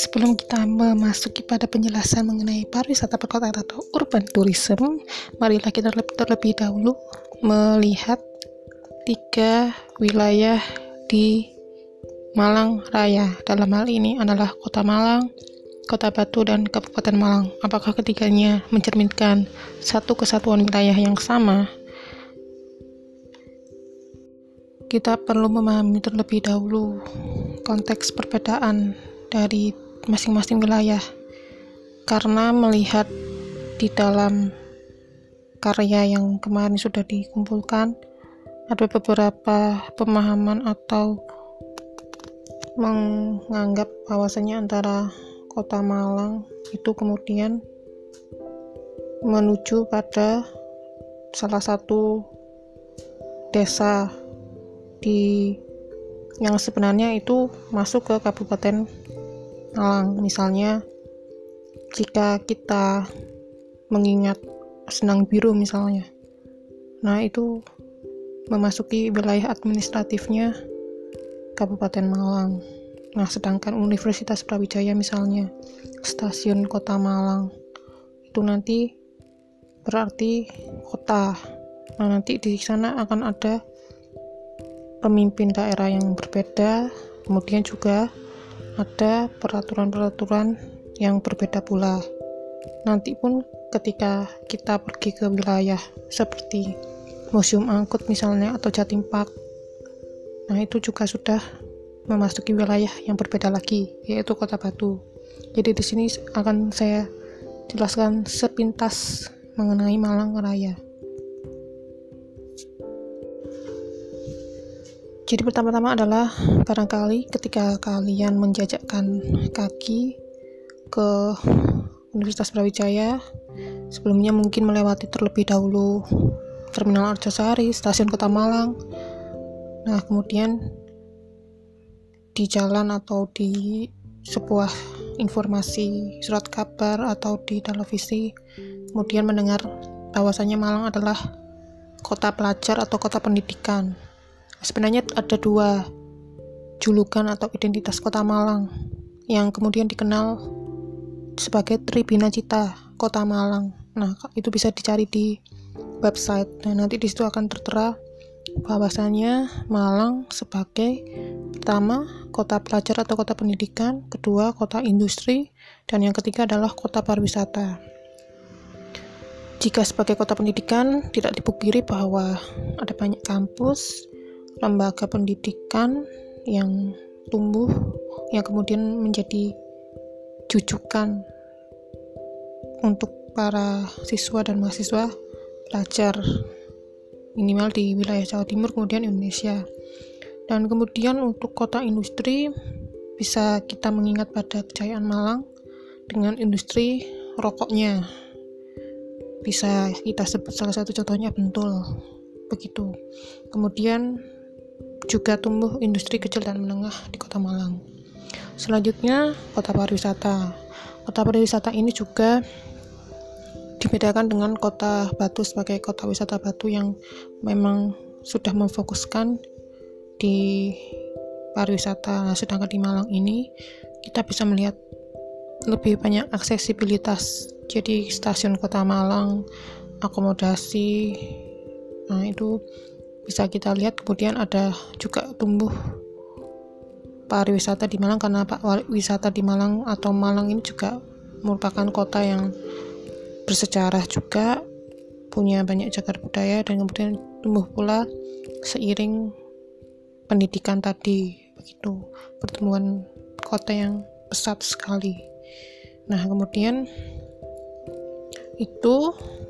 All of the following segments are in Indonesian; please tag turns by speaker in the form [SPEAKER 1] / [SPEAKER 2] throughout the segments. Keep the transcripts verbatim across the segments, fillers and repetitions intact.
[SPEAKER 1] sebelum kita memasuki pada penjelasan mengenai pariwisata perkotaan atau urban tourism, marilah kita terlebih dahulu melihat tiga wilayah di Malang Raya. Dalam hal ini adalah Kota Malang, Kota Batu, dan Kabupaten Malang. Apakah ketiganya mencerminkan satu kesatuan wilayah yang sama? Kita perlu memahami terlebih dahulu konteks perbedaan dari masing-masing wilayah, karena melihat di dalam karya yang kemarin sudah dikumpulkan, ada beberapa pemahaman atau menganggap bahwasanya antara Kota Malang itu kemudian menuju pada salah satu desa di yang sebenarnya itu masuk ke Kabupaten Malang. Misalnya jika kita mengingat Senang Biru misalnya, nah itu memasuki wilayah administratifnya Kabupaten Malang. Nah sedangkan Universitas Brawijaya misalnya stasiun Kota Malang itu nanti berarti kota. Nah nanti di sana akan ada pemimpin daerah yang berbeda, kemudian juga ada peraturan-peraturan yang berbeda pula. Nanti pun ketika kita pergi ke wilayah seperti Museum Angkut misalnya atau Jatim Park, nah itu juga sudah memasuki wilayah yang berbeda lagi, yaitu Kota Batu. Jadi di sini akan saya jelaskan sepintas mengenai Malang Raya. Jadi pertama-tama adalah barangkali ketika kalian menjajakkan kaki ke Universitas Brawijaya, sebelumnya mungkin melewati terlebih dahulu Terminal Arjosari, Stasiun Kota Malang. Nah, kemudian di jalan atau di sebuah informasi surat kabar atau di televisi, kemudian mendengar bahwasanya Malang adalah kota pelajar atau kota pendidikan. Sebenarnya ada dua julukan atau identitas Kota Malang yang kemudian dikenal sebagai Tribhinacita Kota Malang. Nah, itu bisa dicari di website. Nah, nanti di situ akan tertera bahwasanya Malang sebagai pertama kota pelajar atau kota pendidikan, kedua kota industri, dan yang ketiga adalah kota pariwisata. Jika sebagai kota pendidikan, tidak dipungkiri bahwa ada banyak kampus, lembaga pendidikan yang tumbuh, yang kemudian menjadi jujukan untuk para siswa dan mahasiswa belajar minimal di wilayah Jawa Timur kemudian Indonesia. Dan kemudian untuk kota industri bisa kita mengingat pada kejayaan Malang dengan industri rokoknya. Bisa kita sebut salah satu contohnya Bentul, begitu. Kemudian juga tumbuh industri kecil dan menengah di Kota Malang. Selanjutnya, kota pariwisata. Kota pariwisata ini juga dibedakan dengan Kota Batu sebagai kota wisata Batu yang memang sudah memfokuskan di pariwisata. Sedangkan di Malang ini kita bisa melihat lebih banyak aksesibilitas. Jadi stasiun Kota Malang, akomodasi, nah itu bisa kita lihat. Kemudian ada juga tumbuh pariwisata di Malang, karena wisata di Malang atau Malang ini juga merupakan kota yang bersejarah juga, punya banyak cagar budaya, dan kemudian tumbuh pula seiring pendidikan tadi, begitu, pertumbuhan kota yang pesat sekali. Nah kemudian itu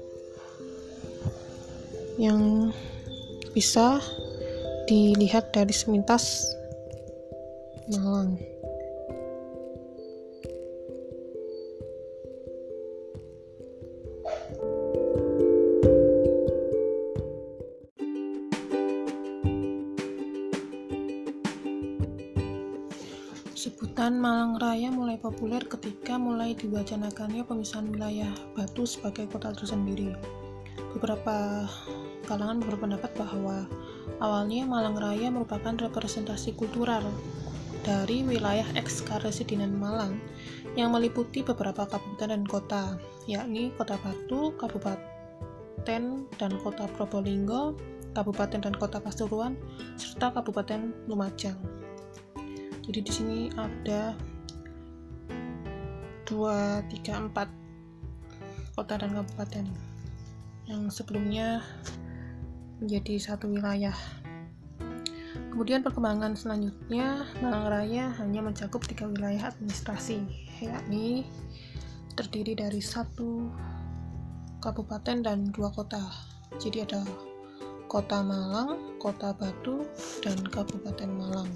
[SPEAKER 1] yang bisa dilihat dari sepintas Malang. Sebutan Malang Raya mulai populer ketika mulai diwacanakannya pemisahan wilayah Batu sebagai kota tersendiri. Beberapa kalangan berpendapat bahwa awalnya Malang Raya merupakan representasi kultural dari wilayah eks-Karesidenan Malang yang meliputi beberapa kabupaten dan kota, yakni Kota Batu, Kabupaten dan Kota Probolinggo, Kabupaten dan Kota Pasuruan, serta Kabupaten Lumajang. Jadi di sini ada dua, tiga, empat kota dan kabupaten yang sebelumnya menjadi satu wilayah. Kemudian perkembangan selanjutnya, Malang Raya hanya mencakup tiga wilayah administrasi, yakni terdiri dari satu kabupaten dan dua kota. Jadi ada Kota Malang, Kota Batu, dan Kabupaten Malang.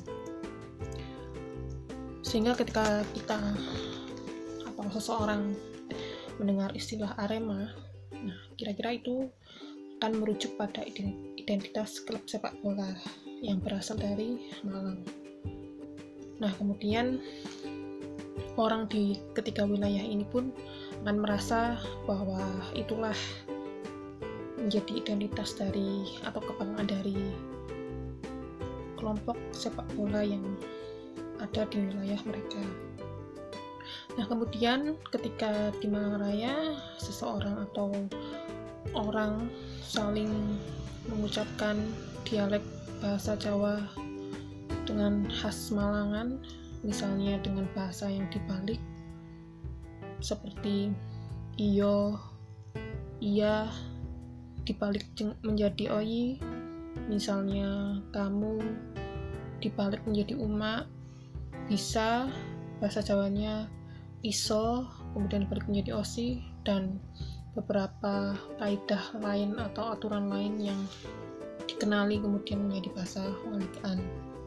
[SPEAKER 1] Sehingga ketika kita atau seseorang mendengar istilah Arema, nah kira-kira itu akan merujuk pada identitas klub sepak bola yang berasal dari Malang. Nah kemudian orang di ketiga wilayah ini pun akan merasa bahwa itulah menjadi identitas dari atau kebanggaan dari kelompok sepak bola yang ada di wilayah mereka. Nah kemudian ketika di Malang Raya seseorang atau orang saling mengucapkan dialek bahasa Jawa dengan khas Malangan, misalnya dengan bahasa yang dibalik seperti iyo, iya dibalik menjadi oyi, misalnya kamu dibalik menjadi umak, bisa bahasa Jawanya iso, kemudian dibalik menjadi osi, dan beberapa kaidah lain atau aturan lain yang dikenali kemudian menjadi bahasa walikan.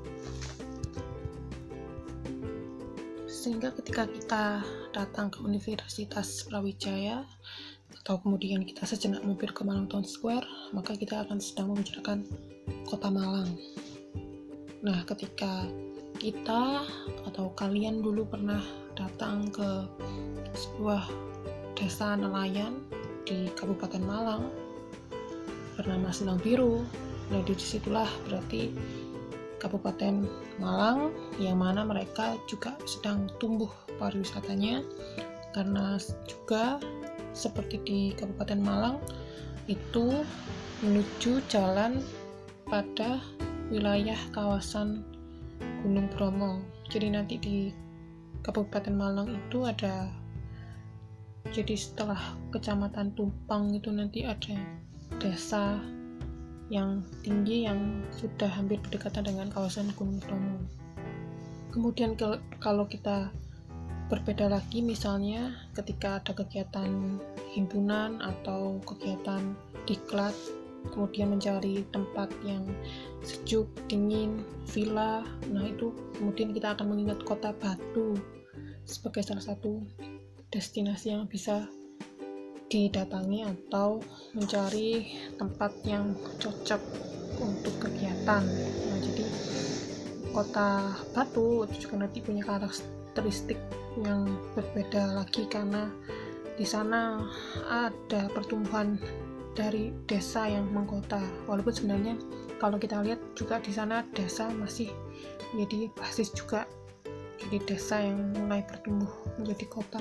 [SPEAKER 1] Sehingga ketika kita datang ke Universitas Brawijaya atau kemudian kita sejenak mampir ke Malang Town Square, maka kita akan sedang membicarakan Kota Malang. Nah ketika kita atau kalian dulu pernah datang ke sebuah desa nelayan di Kabupaten Malang bernama Silang Biru, nah disitulah berarti Kabupaten Malang yang mana mereka juga sedang tumbuh pariwisatanya, karena juga seperti di Kabupaten Malang itu menuju jalan pada wilayah kawasan Gunung Bromo. Jadi nanti di Kabupaten Malang itu ada, jadi setelah Kecamatan Tumpang itu nanti ada desa yang tinggi yang sudah hampir berdekatan dengan kawasan Gunung Bromo. Kemudian ke, kalau kita berbeda lagi, misalnya ketika ada kegiatan himpunan atau kegiatan diklat, kemudian mencari tempat yang sejuk, dingin, villa, nah itu kemudian kita akan mengingat Kota Batu sebagai salah satu destinasi yang bisa didatangi atau mencari tempat yang cocok untuk kegiatan. Nah jadi Kota Batu itu juga nanti punya karakteristik yang berbeda lagi, karena di sana ada pertumbuhan dari desa yang mengkota, walaupun sebenarnya kalau kita lihat juga di sana desa masih menjadi basis juga, jadi desa yang mulai bertumbuh menjadi kota.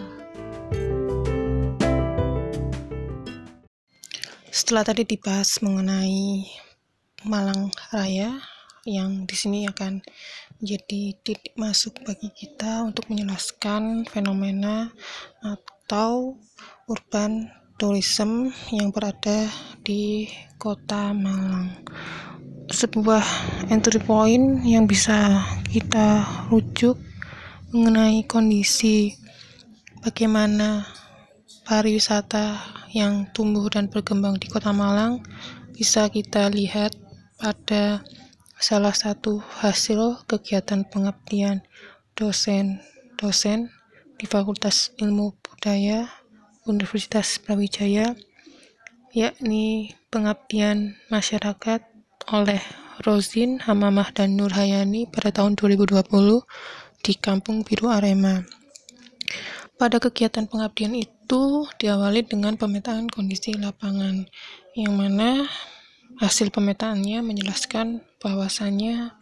[SPEAKER 1] Setelah tadi dibahas mengenai Malang Raya, yang di sini akan menjadi titik masuk bagi kita untuk menjelaskan fenomena atau urban tourism yang berada di Kota Malang. Sebuah entry point yang bisa kita rujuk mengenai kondisi bagaimana pariwisata yang tumbuh dan berkembang di Kota Malang bisa kita lihat pada salah satu hasil kegiatan pengabdian dosen-dosen di Fakultas Ilmu Budaya Universitas Brawijaya, yakni pengabdian masyarakat oleh Rozin, Hamamah, dan Nurhayani pada tahun dua ribu dua puluh di Kampung Biru Arema. Pada kegiatan pengabdian itu diawali dengan pemetaan kondisi lapangan, yang mana hasil pemetaannya menjelaskan bahwasannya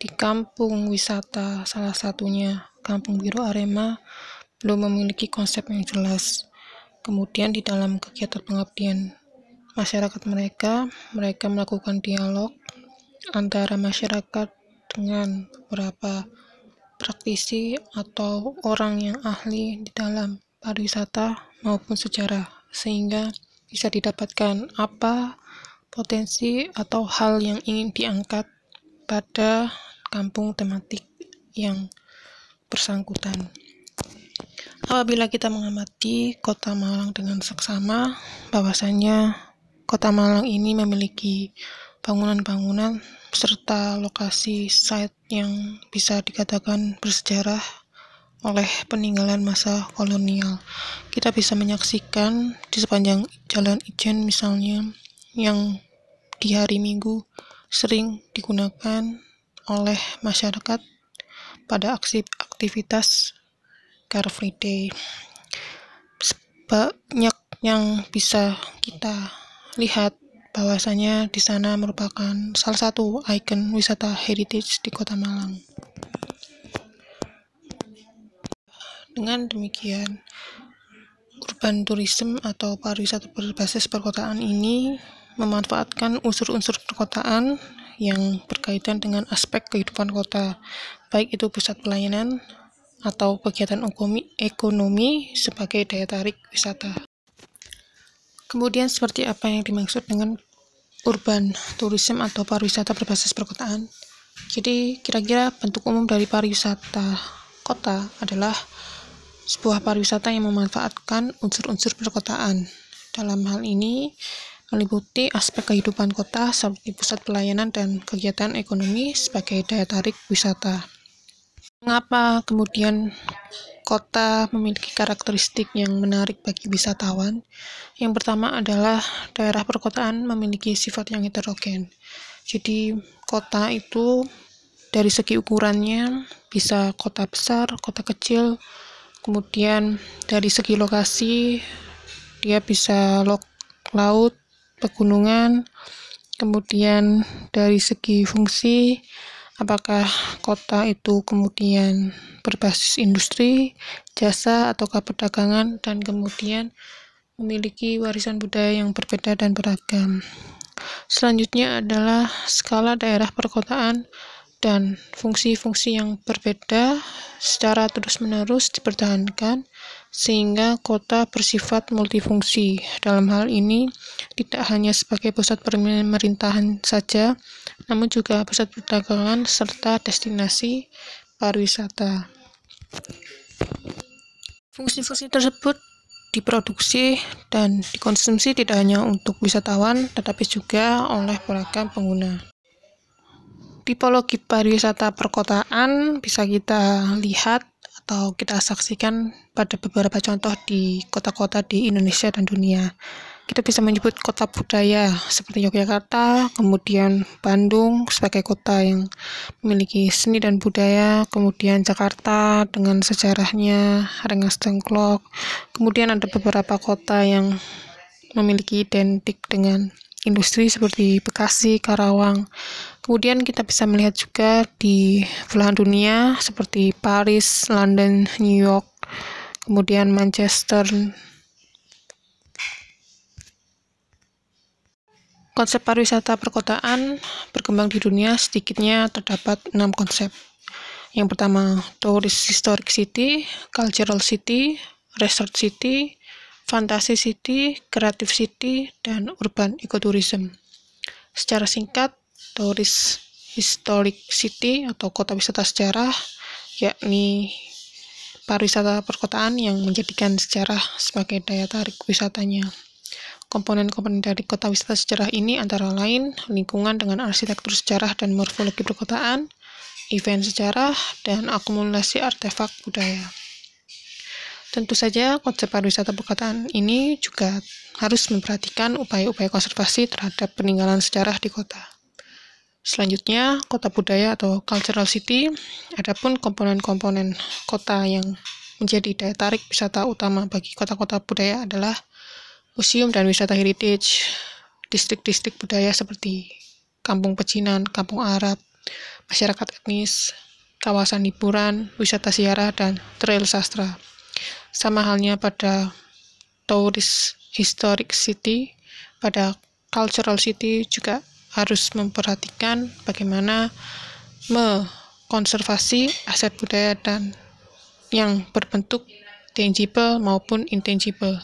[SPEAKER 1] di kampung wisata, salah satunya Kampung Biru Arema, belum memiliki konsep yang jelas. Kemudian di dalam kegiatan pengabdian masyarakat mereka, mereka melakukan dialog antara masyarakat dengan beberapa praktisi atau orang yang ahli di dalam pariwisata maupun sejarah, sehingga bisa didapatkan apa potensi atau hal yang ingin diangkat pada kampung tematik yang bersangkutan. Apabila kita mengamati Kota Malang dengan seksama, bahwasanya Kota Malang ini memiliki bangunan-bangunan serta lokasi site yang bisa dikatakan bersejarah oleh peninggalan masa kolonial. Kita bisa menyaksikan di sepanjang Jalan Ijen misalnya, yang di hari Minggu sering digunakan oleh masyarakat pada aksi aktivitas Car Free Day. Banyak yang bisa kita lihat bahwasanya di sana merupakan salah satu ikon wisata heritage di Kota Malang. Dengan demikian, urban tourism atau pariwisata berbasis perkotaan ini memanfaatkan unsur-unsur perkotaan yang berkaitan dengan aspek kehidupan kota, baik itu pusat pelayanan atau kegiatan ekonomi sebagai daya tarik wisata. Kemudian seperti apa yang dimaksud dengan urban tourism atau pariwisata berbasis perkotaan? Jadi kira-kira bentuk umum dari pariwisata kota adalah sebuah pariwisata yang memanfaatkan unsur-unsur perkotaan. Dalam hal ini meliputi aspek kehidupan kota seperti pusat pelayanan dan kegiatan ekonomi sebagai daya tarik wisata. Mengapa kemudian kota memiliki karakteristik yang menarik bagi wisatawan? Yang pertama adalah daerah perkotaan memiliki sifat yang heterogen. Jadi kota itu dari segi ukurannya bisa kota besar, kota kecil, kemudian dari segi lokasi dia bisa laut, pegunungan, kemudian dari segi fungsi apakah kota itu kemudian berbasis industri, jasa, ataukah perdagangan, dan kemudian memiliki warisan budaya yang berbeda dan beragam. Selanjutnya adalah skala daerah perkotaan dan fungsi-fungsi yang berbeda secara terus-menerus dipertahankan sehingga kota bersifat multifungsi. Dalam hal ini tidak hanya sebagai pusat pemerintahan saja, namun juga pusat perdagangan serta destinasi pariwisata. Fungsi-fungsi tersebut diproduksi dan dikonsumsi tidak hanya untuk wisatawan, tetapi juga oleh beragam pengguna. Tipologi pariwisata perkotaan bisa kita lihat atau kita saksikan pada beberapa contoh di kota-kota di Indonesia dan dunia. Kita bisa menyebut kota budaya seperti Yogyakarta, kemudian Bandung sebagai kota yang memiliki seni dan budaya, kemudian Jakarta dengan sejarahnya, Rengas Dengklok, kemudian ada beberapa kota yang memiliki identik dengan industri seperti Bekasi, Karawang. Kemudian kita bisa melihat juga di belahan dunia seperti Paris, London, New York, kemudian Manchester. Konsep pariwisata perkotaan berkembang di dunia, sedikitnya terdapat enam konsep. Yang pertama, Tourist Historic City, Cultural City, Resort City, Fantasy City, Creative City, dan Urban Ecotourism. Secara singkat, Tourist Historic City atau kota wisata sejarah, yakni pariwisata perkotaan yang menjadikan sejarah sebagai daya tarik wisatanya. Komponen-komponen dari kota wisata sejarah ini antara lain lingkungan dengan arsitektur sejarah dan morfologi perkotaan, event sejarah, dan akumulasi artefak budaya. Tentu saja konsep pariwisata perkotaan ini juga harus memperhatikan upaya-upaya konservasi terhadap peninggalan sejarah di kota. Selanjutnya, kota budaya atau cultural city, adapun komponen-komponen kota yang menjadi daya tarik wisata utama bagi kota-kota budaya adalah museum dan wisata heritage, distrik-distrik budaya seperti Kampung Pecinan, Kampung Arab, masyarakat etnis, kawasan hiburan, wisata ziarah, dan trail sastra. Sama halnya pada Tourist Historic City, pada Cultural City juga harus memperhatikan bagaimana mengkonservasi aset budaya dan yang berbentuk tangible maupun intangible.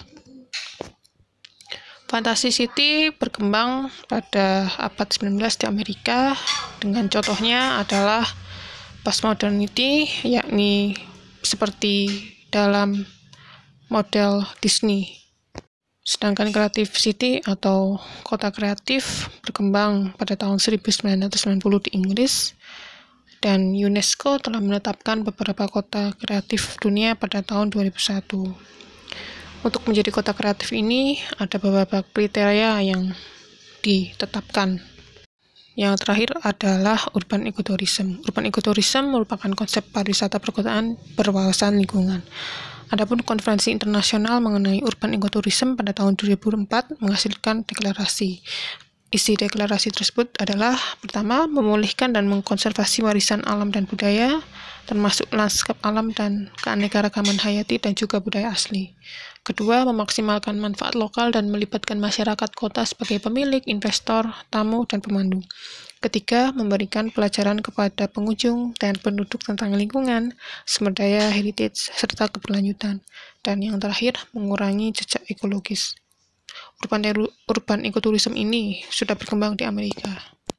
[SPEAKER 1] Fantasy City berkembang pada abad sembilan belas di Amerika, dengan contohnya adalah postmodernity, yakni seperti dalam model Disney. Sedangkan Creative City atau kota kreatif berkembang pada tahun seribu sembilan ratus sembilan puluh di Inggris, dan UNESCO telah menetapkan beberapa kota kreatif dunia pada tahun dua ribu satu. Untuk menjadi kota kreatif ini ada beberapa kriteria yang ditetapkan. Yang terakhir adalah urban ecotourism. Urban ecotourism merupakan konsep pariwisata perkotaan berwawasan lingkungan. Adapun konferensi internasional mengenai urban ecotourism pada tahun dua ribu empat menghasilkan deklarasi. Isi deklarasi tersebut adalah: pertama, memulihkan dan mengkonservasi warisan alam dan budaya, termasuk lanskap alam dan keanekaragaman hayati dan juga budaya asli. Kedua, memaksimalkan manfaat lokal dan melibatkan masyarakat kota sebagai pemilik, investor, tamu, dan pemandu. Ketiga, memberikan pelajaran kepada pengunjung dan penduduk tentang lingkungan, sumber daya, heritage, serta keberlanjutan. Dan yang terakhir, mengurangi jejak ekologis. Urban, urban ecotourism ini sudah berkembang di Amerika.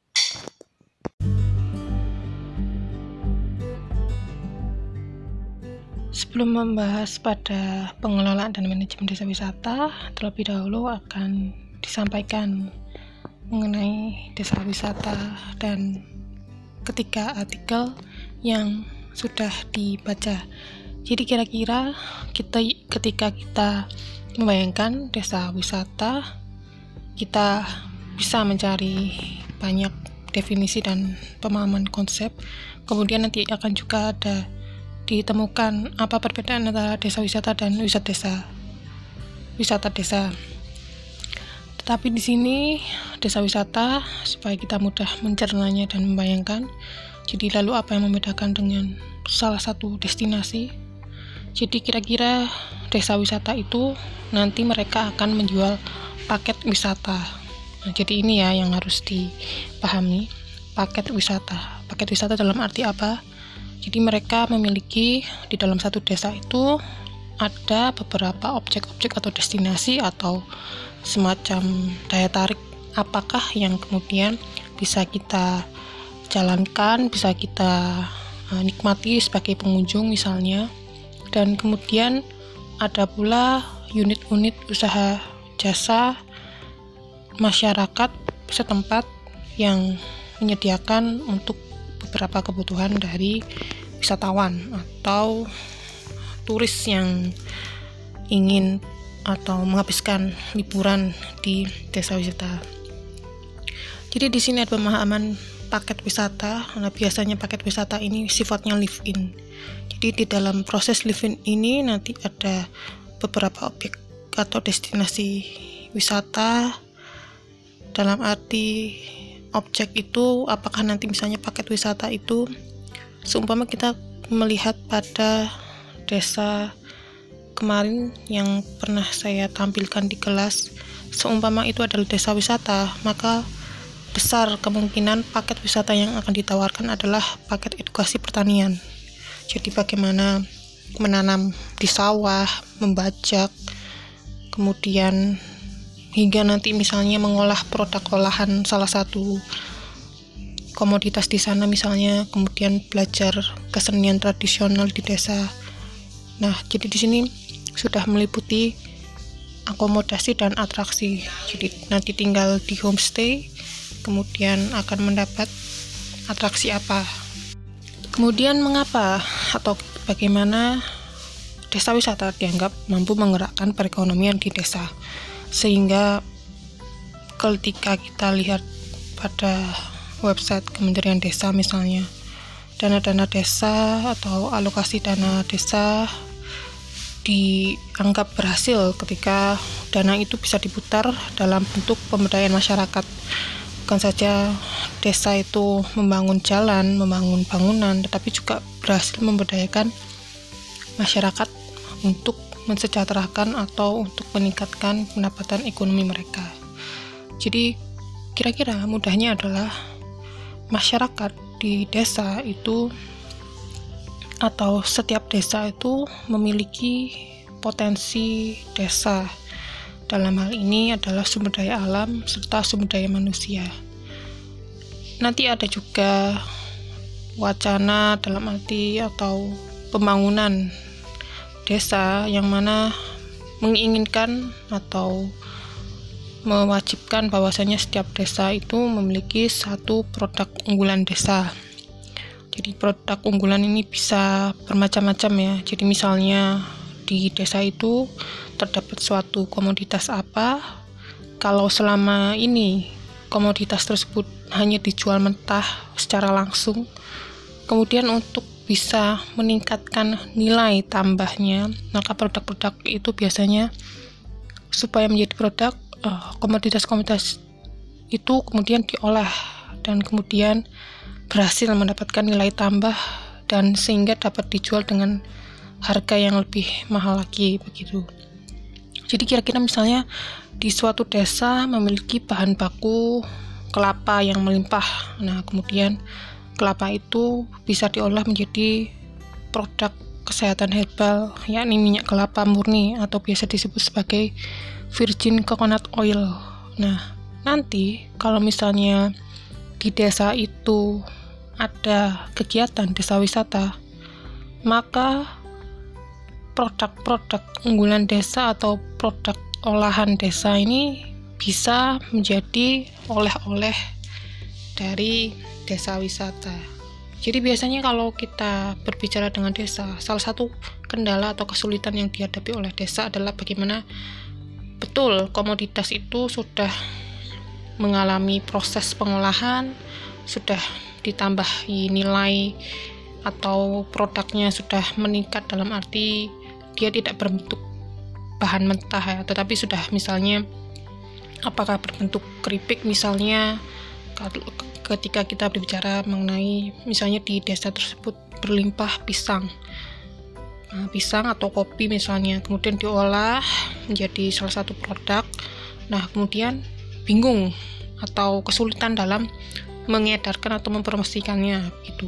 [SPEAKER 1] Sebelum membahas pada pengelolaan dan manajemen desa wisata, terlebih dahulu akan disampaikan mengenai desa wisata dan ketiga artikel yang sudah dibaca. Jadi kira-kira kita ketika kita membayangkan desa wisata, kita bisa mencari banyak definisi dan pemahaman konsep. Kemudian nanti akan juga ada ditemukan apa perbedaan antara desa wisata dan wisata desa. Wisata desa. Tetapi di sini desa wisata supaya kita mudah mencernanya dan membayangkan. Jadi lalu apa yang membedakan dengan salah satu destinasi? Jadi kira-kira desa wisata itu nanti mereka akan menjual paket wisata. Nah, jadi ini ya yang harus dipahami, paket wisata. Paket wisata dalam arti apa? Jadi mereka memiliki di dalam satu desa itu ada beberapa objek-objek atau destinasi atau semacam daya tarik apakah yang kemudian bisa kita jalankan, bisa kita uh, nikmati sebagai pengunjung misalnya. Dan kemudian ada pula unit-unit usaha jasa masyarakat setempat yang menyediakan untuk beberapa kebutuhan dari wisatawan atau turis yang ingin atau menghabiskan liburan di desa wisata. Jadi di sini ada pemahaman paket wisata. Nah, biasanya paket wisata ini sifatnya live-in. Jadi di dalam proses live-in ini nanti ada beberapa objek atau destinasi wisata. Dalam arti objek itu apakah nanti misalnya paket wisata itu seumpama kita melihat pada desa kemarin yang pernah saya tampilkan di kelas, seumpama itu adalah desa wisata, maka besar kemungkinan paket wisata yang akan ditawarkan adalah paket edukasi pertanian. Jadi bagaimana menanam di sawah, membajak, kemudian hingga nanti misalnya mengolah produk olahan salah satu komoditas di sana misalnya, kemudian belajar kesenian tradisional di desa. Nah, jadi di sini sudah meliputi akomodasi dan atraksi. Jadi nanti tinggal di homestay, kemudian akan mendapat atraksi apa. Kemudian mengapa atau bagaimana desa wisata dianggap mampu menggerakkan perekonomian di desa, sehingga ketika kita lihat pada website Kementerian Desa misalnya, dana-dana desa atau alokasi dana desa dianggap berhasil ketika dana itu bisa diputar dalam bentuk pemberdayaan masyarakat. bukan saja desa itu membangun jalan, membangun bangunan, tetapi juga berhasil memberdayakan masyarakat untuk mensejahterakan atau untuk meningkatkan pendapatan ekonomi mereka. Jadi kira-kira mudahnya adalah masyarakat di desa itu atau setiap desa itu memiliki potensi desa. Dalam hal ini adalah sumber daya alam serta sumber daya manusia. Nanti ada juga wacana dalam arti atau pembangunan desa yang mana menginginkan atau mewajibkan bahwasanya setiap desa itu memiliki satu produk unggulan desa. Jadi produk unggulan ini bisa bermacam-macam ya. Jadi misalnya di desa itu terdapat suatu komoditas apa, kalau selama ini komoditas tersebut hanya dijual mentah secara langsung, kemudian untuk bisa meningkatkan nilai tambahnya, maka produk-produk itu biasanya supaya menjadi produk, uh, komoditas-komoditas itu kemudian diolah dan kemudian berhasil mendapatkan nilai tambah dan sehingga dapat dijual dengan harga yang lebih mahal lagi begitu. Jadi kira-kira misalnya di suatu desa memiliki bahan baku kelapa yang melimpah. Nah, kemudian kelapa itu bisa diolah menjadi produk kesehatan herbal, yakni minyak kelapa murni atau biasa disebut sebagai virgin coconut oil. Nah, nanti kalau misalnya di desa itu ada kegiatan desa wisata, maka produk-produk unggulan desa atau produk olahan desa ini bisa menjadi oleh-oleh dari desa wisata. Jadi biasanya kalau kita berbicara dengan desa, salah satu kendala atau kesulitan yang dihadapi oleh desa adalah bagaimana betul komoditas itu sudah mengalami proses pengolahan, sudah ditambahi nilai atau produknya sudah meningkat dalam arti dia tidak berbentuk bahan mentah ya, tetapi sudah misalnya apakah berbentuk keripik misalnya. Ketika kita berbicara mengenai misalnya di desa tersebut berlimpah pisang, nah, pisang atau kopi misalnya, kemudian diolah menjadi salah satu produk. Nah, kemudian bingung atau kesulitan dalam mengedarkan atau mempromosikannya gitu.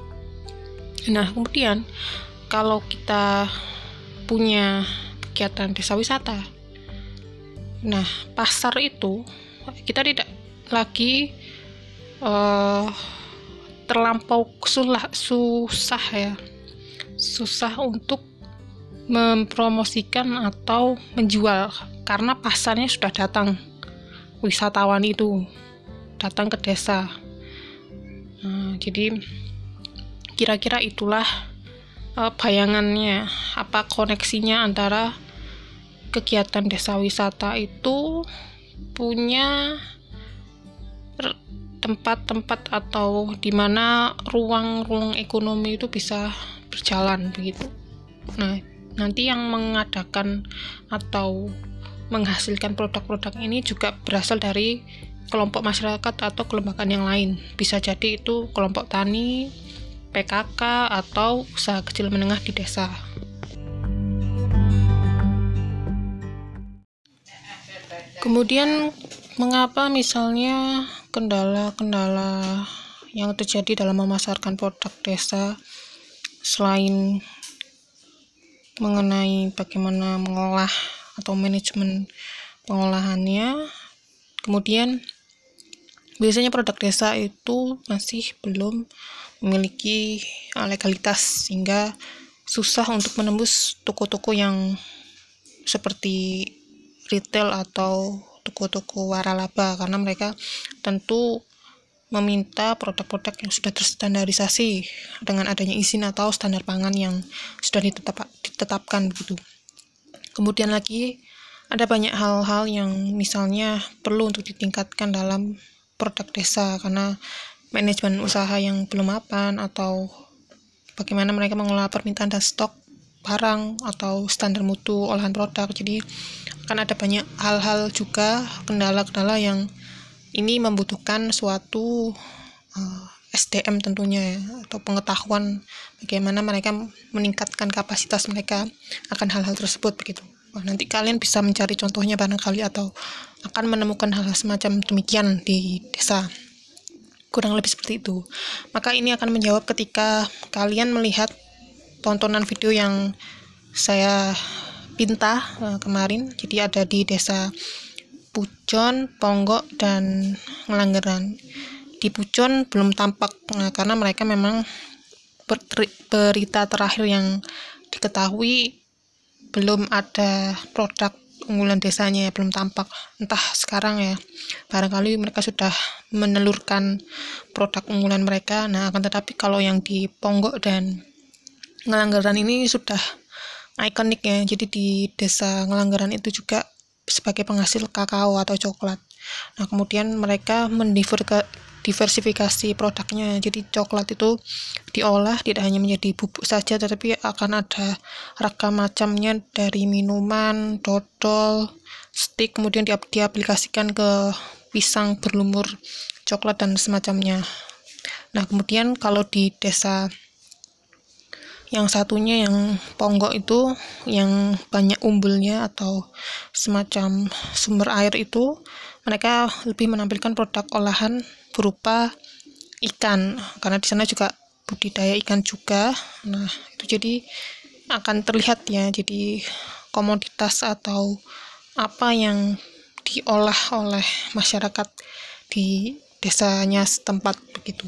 [SPEAKER 1] Nah, kemudian kalau kita punya kegiatan desa wisata, nah pasar itu kita tidak lagi uh, terlampau susah, susah ya, susah untuk mempromosikan atau menjual karena pasarnya sudah datang, wisatawan itu datang ke desa. Nah, jadi kira-kira itulah uh, bayangannya, apa koneksinya antara kegiatan desa wisata itu punya tempat-tempat atau di mana ruang-ruang ekonomi itu bisa berjalan begitu. Nah, nanti yang mengadakan atau menghasilkan produk-produk ini juga berasal dari kelompok masyarakat atau kelembagaan yang lain. Bisa jadi itu kelompok tani, P K K, atau usaha kecil menengah di desa. Kemudian mengapa misalnya kendala-kendala yang terjadi dalam memasarkan produk desa selain mengenai bagaimana mengolah atau manajemen pengolahannya, kemudian biasanya produk desa itu masih belum memiliki legalitas sehingga susah untuk menembus toko-toko yang seperti retail atau toko-toko waralaba, karena mereka tentu meminta produk-produk yang sudah terstandarisasi dengan adanya izin atau standar pangan yang sudah ditetap, ditetapkan begitu. Kemudian lagi ada banyak hal-hal yang misalnya perlu untuk ditingkatkan dalam produk desa karena manajemen usaha yang belum mapan atau bagaimana mereka mengelola permintaan dan stok barang atau standar mutu olahan produk. Jadi akan ada banyak hal-hal juga kendala-kendala yang ini membutuhkan suatu uh, S D M tentunya ya, atau pengetahuan bagaimana mereka meningkatkan kapasitas mereka akan hal-hal tersebut begitu. Wah, nanti kalian bisa mencari contohnya barangkali atau akan menemukan hal-hal semacam demikian di desa. Kurang lebih seperti itu. Maka ini akan menjawab ketika kalian melihat tontonan video yang saya pinta uh, kemarin. Jadi ada di desa Pujon, Ponggok, dan Ngelanggeran. Di Pujon belum tampak nah, karena mereka memang berita terakhir yang diketahui belum ada produk unggulan desanya ya, belum tampak. Entah sekarang ya, barangkali mereka sudah menelurkan produk unggulan mereka. Nah, akan tetapi kalau yang di Ponggok dan Ngelanggeran ini sudah ikonik ya. Jadi di desa Ngelanggeran itu juga sebagai penghasil kakao atau coklat. Nah, kemudian mereka mendiversifikasi produknya. Jadi coklat itu diolah tidak hanya menjadi bubuk saja, tetapi akan ada ragam macamnya dari minuman, dodol, stik, kemudian diaplikasikan ke pisang berlumur coklat dan semacamnya. Nah, kemudian kalau di desa yang satunya yang Ponggok itu yang banyak umbulnya atau semacam sumber air itu, mereka lebih menampilkan produk olahan berupa ikan karena di sana juga budidaya ikan juga. Nah, itu jadi akan terlihat ya, jadi komoditas atau apa yang diolah oleh masyarakat di desanya setempat begitu.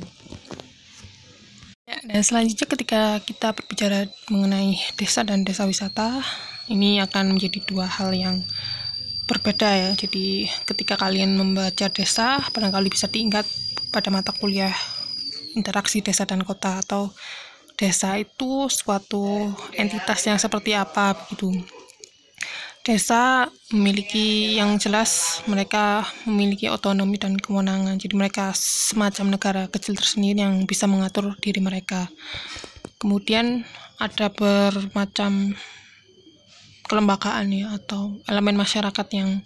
[SPEAKER 1] Ya, dan selanjutnya ketika kita berbicara mengenai desa dan desa wisata, ini akan menjadi dua hal yang berbeda ya. Jadi ketika kalian membaca desa, barangkali bisa diingat pada mata kuliah interaksi desa dan kota, atau desa itu suatu entitas yang seperti apa begitu. Desa memiliki yang jelas, mereka memiliki otonomi dan kewenangan. Jadi mereka semacam negara kecil tersendiri yang bisa mengatur diri mereka. Kemudian ada bermacam kelembagaan ya, atau elemen masyarakat yang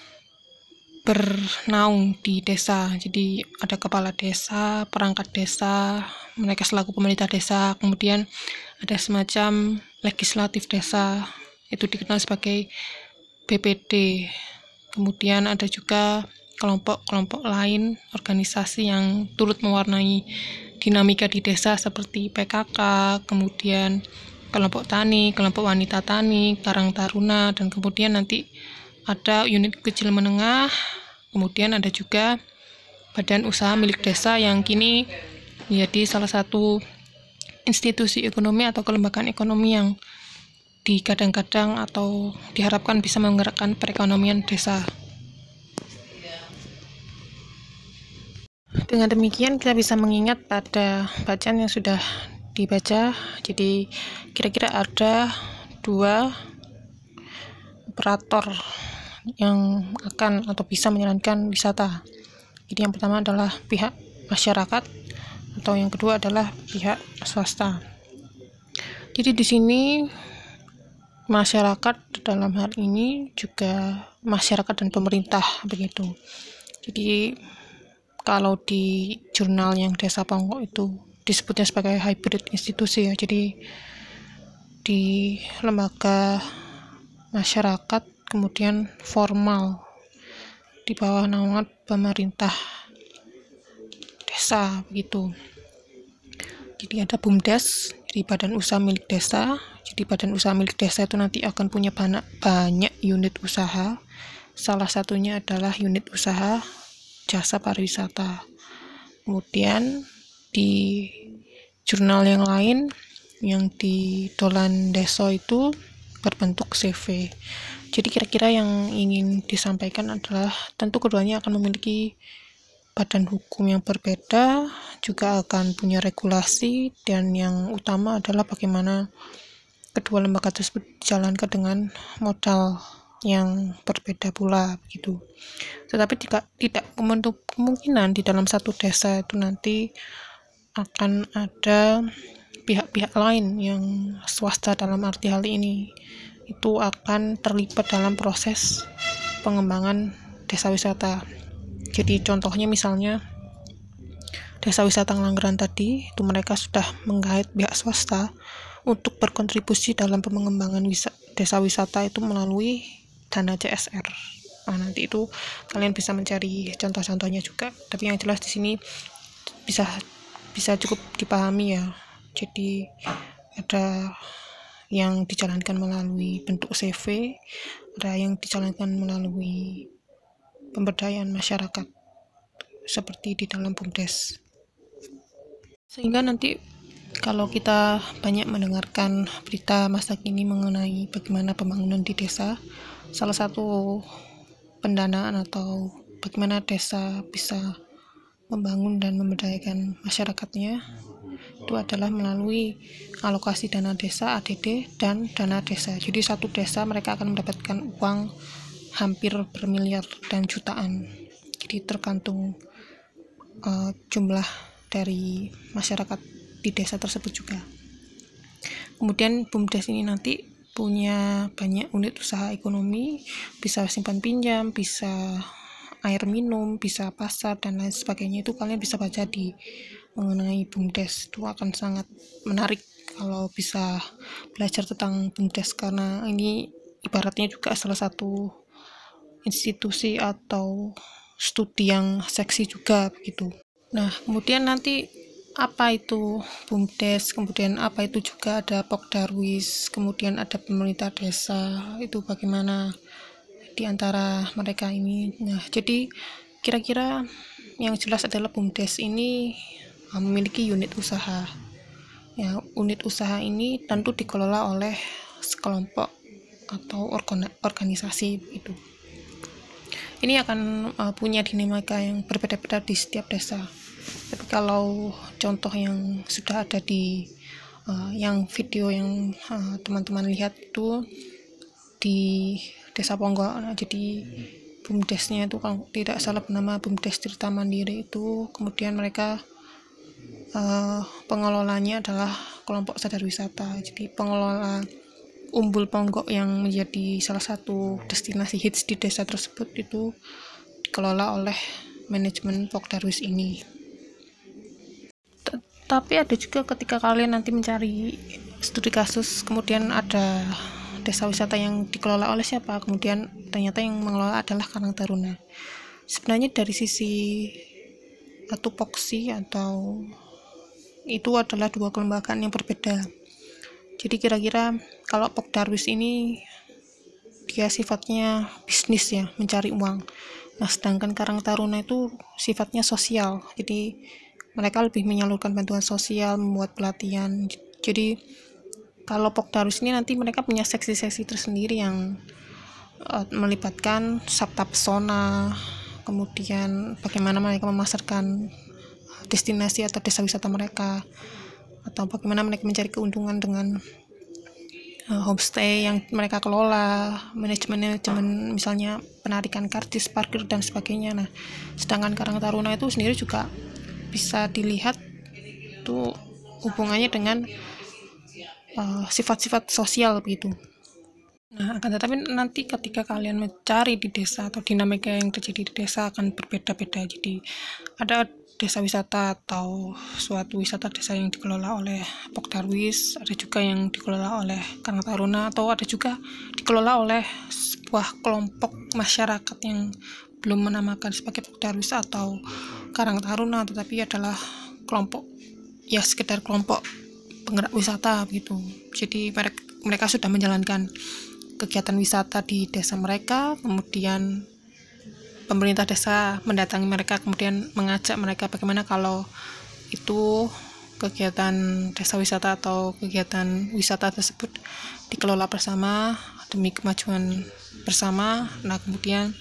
[SPEAKER 1] bernaung di desa. Jadi ada kepala desa, perangkat desa, mereka selaku pemerintah desa. Kemudian ada semacam legislatif desa, itu dikenal sebagai B P D. Kemudian ada juga kelompok-kelompok lain, organisasi yang turut mewarnai dinamika di desa seperti P K K, kemudian kelompok tani, kelompok wanita tani, Karang Taruna, dan kemudian nanti ada unit kecil menengah. Kemudian ada juga badan usaha milik desa yang kini menjadi salah satu institusi ekonomi atau kelembagaan ekonomi yang digadang-gadang atau diharapkan bisa menggerakkan perekonomian desa. Dengan demikian kita bisa mengingat pada bacaan yang sudah dibaca. Jadi kira-kira ada dua operator yang akan atau bisa menjalankan wisata. Jadi yang pertama adalah pihak masyarakat, atau yang kedua adalah pihak swasta. Jadi di sini masyarakat dalam hal ini juga masyarakat dan pemerintah begitu. Jadi kalau di jurnal yang Desa Ponggok itu disebutnya sebagai hybrid institusi ya. Jadi di lembaga masyarakat kemudian formal di bawah naungan pemerintah desa begitu. Jadi ada BUMDes, jadi badan usaha milik desa. Jadi badan usaha milik desa itu nanti akan punya banyak, banyak unit usaha. Salah satunya adalah unit usaha jasa pariwisata. Kemudian di jurnal yang lain yang di Dolan Deso itu berbentuk C V. Jadi kira-kira yang ingin disampaikan adalah tentu keduanya akan memiliki badan hukum yang berbeda, juga akan punya regulasi, dan yang utama adalah bagaimana kedua lembaga tersebut dijalankan dengan modal yang berbeda pula begitu. Tetapi tidak tidak menutup kemungkinan di dalam satu desa itu nanti akan ada pihak-pihak lain yang swasta dalam arti hal ini itu akan terlibat dalam proses pengembangan desa wisata. Jadi contohnya misalnya Desa Wisata Ngelanggeran tadi, itu mereka sudah menggait pihak swasta untuk berkontribusi dalam pengembangan wisa- desa wisata itu melalui dana C S R. Nah, nanti itu kalian bisa mencari contoh-contohnya juga. Tapi yang jelas di sini bisa bisa cukup dipahami ya. Jadi ada yang dijalankan melalui bentuk C V, ada yang dijalankan melalui pemberdayaan masyarakat seperti di dalam BUMDes. Sehingga nanti kalau kita banyak mendengarkan berita masa kini mengenai bagaimana pembangunan di desa, salah satu pendanaan atau bagaimana desa bisa membangun dan memberdayakan masyarakatnya itu adalah melalui alokasi dana desa A D D dan dana desa. Jadi satu desa mereka akan mendapatkan uang hampir bermiliar dan jutaan. Jadi tergantung uh, jumlah dari masyarakat di desa tersebut juga. Kemudian BUMDes ini nanti punya banyak unit usaha ekonomi, bisa simpan pinjam, bisa air minum, bisa pasar dan lain sebagainya. Itu kalian bisa baca di mengenai BUMDes. Itu akan sangat menarik kalau bisa belajar tentang BUMDes, karena ini ibaratnya juga salah satu institusi atau studi yang seksi juga begitu. Nah, kemudian nanti apa itu BUMDes, kemudian apa itu juga ada Pokdarwis, kemudian ada pemerintah desa, itu bagaimana di antara mereka ini. Nah, jadi kira-kira yang jelas adalah BUMDes ini memiliki unit usaha. Ya, unit usaha ini tentu dikelola oleh sekelompok atau organisasi itu. Ini akan uh, punya dinamika yang berbeda-beda di setiap desa. Tapi kalau contoh yang sudah ada di uh, yang video yang uh, teman-teman lihat itu di Desa Ponggok. Nah, jadi BUMDesnya itu kalau tidak salah bernama BUMDes Tirta Mandiri itu, kemudian mereka uh, pengelolanya adalah kelompok sadar wisata. Jadi pengelola Umbul Ponggok yang menjadi salah satu destinasi hits di desa tersebut itu dikelola oleh manajemen Pokdarwis ini. Tapi ada juga ketika kalian nanti mencari studi kasus, kemudian ada desa wisata yang dikelola oleh siapa, kemudian ternyata yang mengelola adalah Karang Taruna. Sebenarnya dari sisi tupoksi atau itu adalah dua kelembagaan yang berbeda. Jadi kira-kira kalau Pokdarwis ini dia sifatnya bisnis ya, mencari uang. Nah, sedangkan Karang Taruna itu sifatnya sosial. Jadi mereka lebih menyalurkan bantuan sosial, membuat pelatihan. Jadi kalau Pokdarwis ini nanti mereka punya seksi-seksi tersendiri yang uh, melibatkan sabta pesona, kemudian bagaimana mereka memasarkan destinasi atau desa wisata mereka, atau bagaimana mereka mencari keuntungan dengan uh, homestay yang mereka kelola, manajemen-manajemen misalnya penarikan karcis, parkir dan sebagainya. Nah, sedangkan Karang Taruna itu sendiri juga bisa dilihat itu hubungannya dengan uh, sifat-sifat sosial begitu. Nah, akan tetapi nanti ketika kalian mencari di desa atau dinamika yang terjadi di desa akan berbeda-beda. Jadi ada desa wisata atau suatu wisata desa yang dikelola oleh Pokdarwis, ada juga yang dikelola oleh Karang Taruna, atau ada juga dikelola oleh sebuah kelompok masyarakat yang belum menamakan sebagai Pokdarwis atau Karang Taruna, tetapi adalah kelompok ya sekedar kelompok penggerak wisata gitu. Jadi mereka, mereka sudah menjalankan kegiatan wisata di desa mereka, kemudian pemerintah desa mendatangi mereka, kemudian mengajak mereka bagaimana kalau itu kegiatan desa wisata atau kegiatan wisata tersebut dikelola bersama demi kemajuan bersama. Nah, kemudian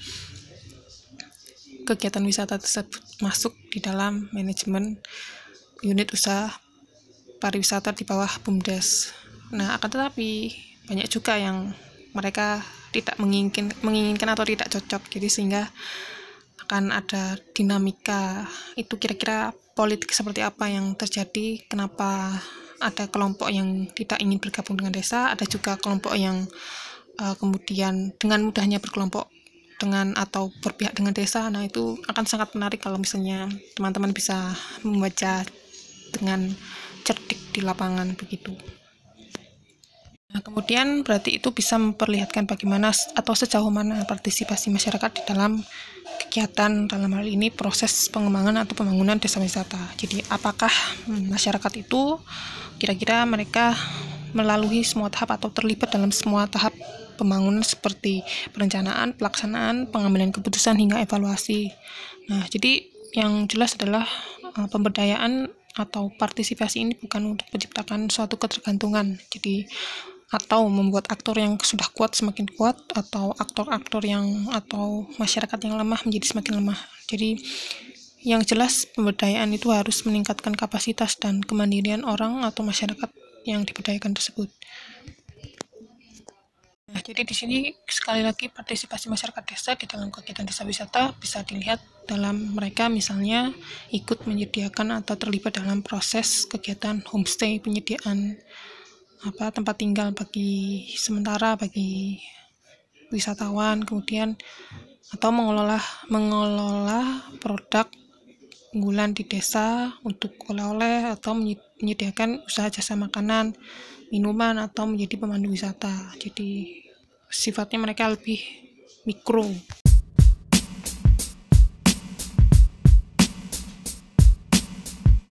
[SPEAKER 1] kegiatan wisata tersebut masuk di dalam manajemen unit usaha pariwisata di bawah BUMDes. Nah, akan tetapi banyak juga yang mereka tidak menginginkan, menginginkan atau tidak cocok, jadi sehingga akan ada dinamika itu kira-kira politik seperti apa yang terjadi, kenapa ada kelompok yang tidak ingin bergabung dengan desa, ada juga kelompok yang uh, kemudian dengan mudahnya berkelompok dengan atau berpihak dengan desa. Nah, itu akan sangat menarik kalau misalnya teman-teman bisa membaca dengan cerdik di lapangan begitu. Nah, kemudian berarti itu bisa memperlihatkan bagaimana atau sejauh mana partisipasi masyarakat di dalam kegiatan, dalam hal ini proses pengembangan atau pembangunan desa wisata. Jadi apakah masyarakat itu kira-kira mereka melalui semua tahap atau terlibat dalam semua tahap pembangunan seperti perencanaan, pelaksanaan, pengambilan keputusan hingga evaluasi. Nah, jadi yang jelas adalah uh, pemberdayaan atau partisipasi ini bukan untuk menciptakan suatu ketergantungan. Jadi atau membuat aktor yang sudah kuat semakin kuat, atau aktor-aktor yang atau masyarakat yang lemah menjadi semakin lemah. Jadi yang jelas pemberdayaan itu harus meningkatkan kapasitas dan kemandirian orang atau masyarakat yang diberdayakan tersebut. Nah, jadi di sini sekali lagi partisipasi masyarakat desa di dalam kegiatan desa wisata bisa dilihat dalam mereka misalnya ikut menyediakan atau terlibat dalam proses kegiatan homestay, penyediaan apa tempat tinggal bagi sementara bagi wisatawan, kemudian atau mengelola mengelola produk unggulan di desa untuk oleh-oleh atau menyediakan usaha jasa makanan, minuman atau menjadi pemandu wisata. Jadi sifatnya mereka lebih mikro.